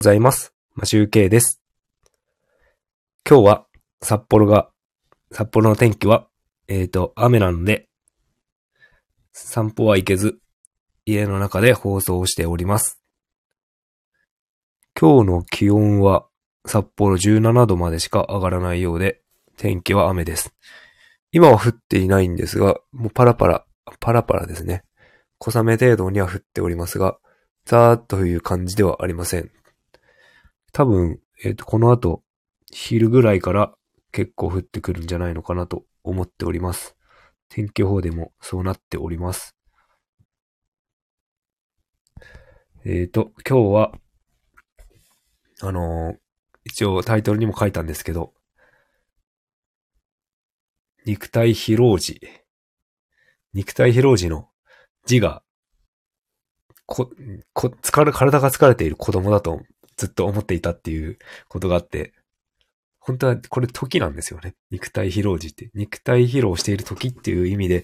ございます。マシュウケイです。今日は札幌の天気は、雨なので、散歩は行けず、家の中で放送をしております。今日の気温は札幌17度までしか上がらないようで、天気は雨です。今は降っていないんですが、もうパラパラですね。小雨程度には降っておりますが、ザーッという感じではありません。多分、この後、昼ぐらいから結構降ってくるんじゃないのかなと思っております。天気予報でもそうなっております。今日は、一応タイトルにも書いたんですけど、肉体疲労時の字が、体が疲れている子供だとずっと思っていたっていうことがあって、本当はこれ時なんですよね。肉体疲労時って。肉体疲労している時っていう意味で、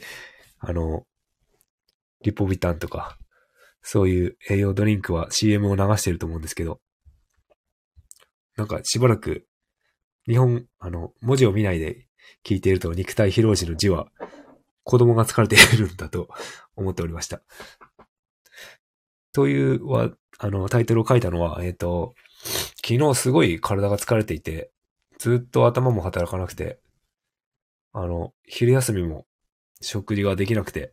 リポビタンとか、そういう栄養ドリンクは CM を流してると思うんですけど、なんかしばらく文字を見ないで聞いていると肉体疲労時の字は子供が疲れているんだと思っておりました。というタイトルを書いたのは、昨日すごい体が疲れていて、ずっと頭も働かなくて、昼休みも食事ができなくて、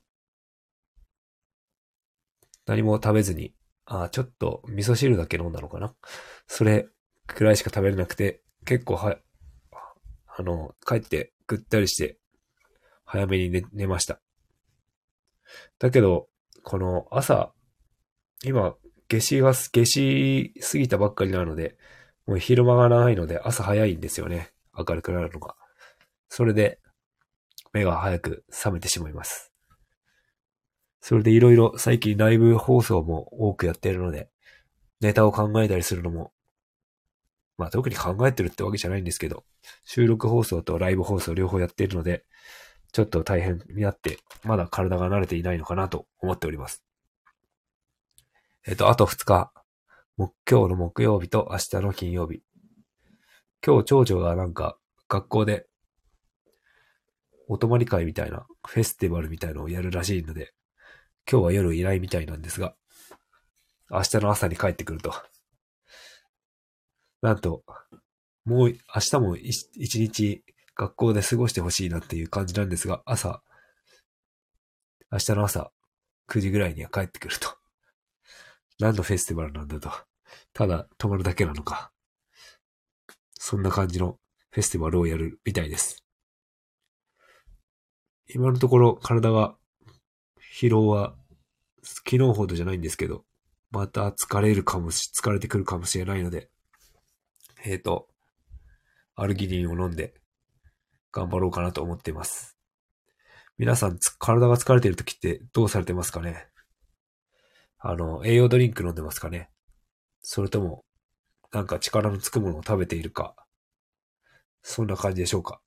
何も食べずに、ちょっと味噌汁だけ飲んだのかな。それくらいしか食べれなくて、結構帰ってぐったりして、早めに寝ました。だけど、この朝、今、夏至過ぎたばっかりなので、もう昼間が長いので朝早いんですよね。明るくなるのが。それで、目が早く覚めてしまいます。それでいろいろ最近ライブ放送も多くやっているので、ネタを考えたりするのも、特に考えてるってわけじゃないんですけど、収録放送とライブ放送両方やっているので、ちょっと大変になって、まだ体が慣れていないのかなと思っております。あと2日、今日の木曜日と明日の金曜日。今日長女がなんか学校でお泊まり会みたいな、フェスティバルみたいなのをやるらしいので、今日は夜いないみたいなんですが、明日の朝に帰ってくると。なんと、もう明日も一日学校で過ごしてほしいなっていう感じなんですが、明日の朝9時ぐらいには帰ってくると。何のフェスティバルなんだと。ただ泊まるだけなのか。そんな感じのフェスティバルをやるみたいです。今のところ体が疲労は昨日ほどじゃないんですけど、また疲れてくるかもしれないので、アルギニンを飲んで頑張ろうかなと思っています。皆さん体が疲れている時ってどうされてますかね？栄養ドリンク飲んでますかね？それとも、なんか力のつくものを食べているか、そんな感じでしょうか。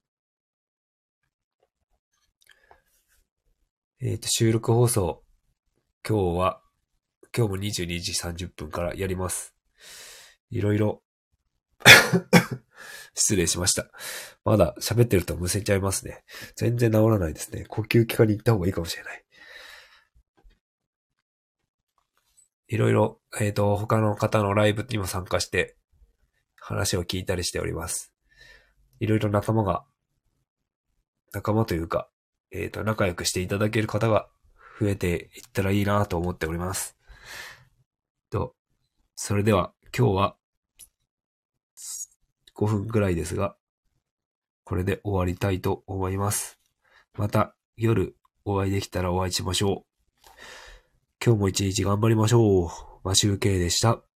収録放送、今日も22時30分からやります。いろいろ失礼しました。まだ喋ってるとむせちゃいますね。全然治らないですね。呼吸器科に行った方がいいかもしれない。いろいろ、他の方のライブにも参加して話を聞いたりしております。いろいろ仲間というか、仲良くしていただける方が増えていったらいいなと思っております。それでは今日は5分くらいですが、これで終わりたいと思います。また夜お会いできたらお会いしましょう。今日も一日頑張りましょう。マシュウケイでした。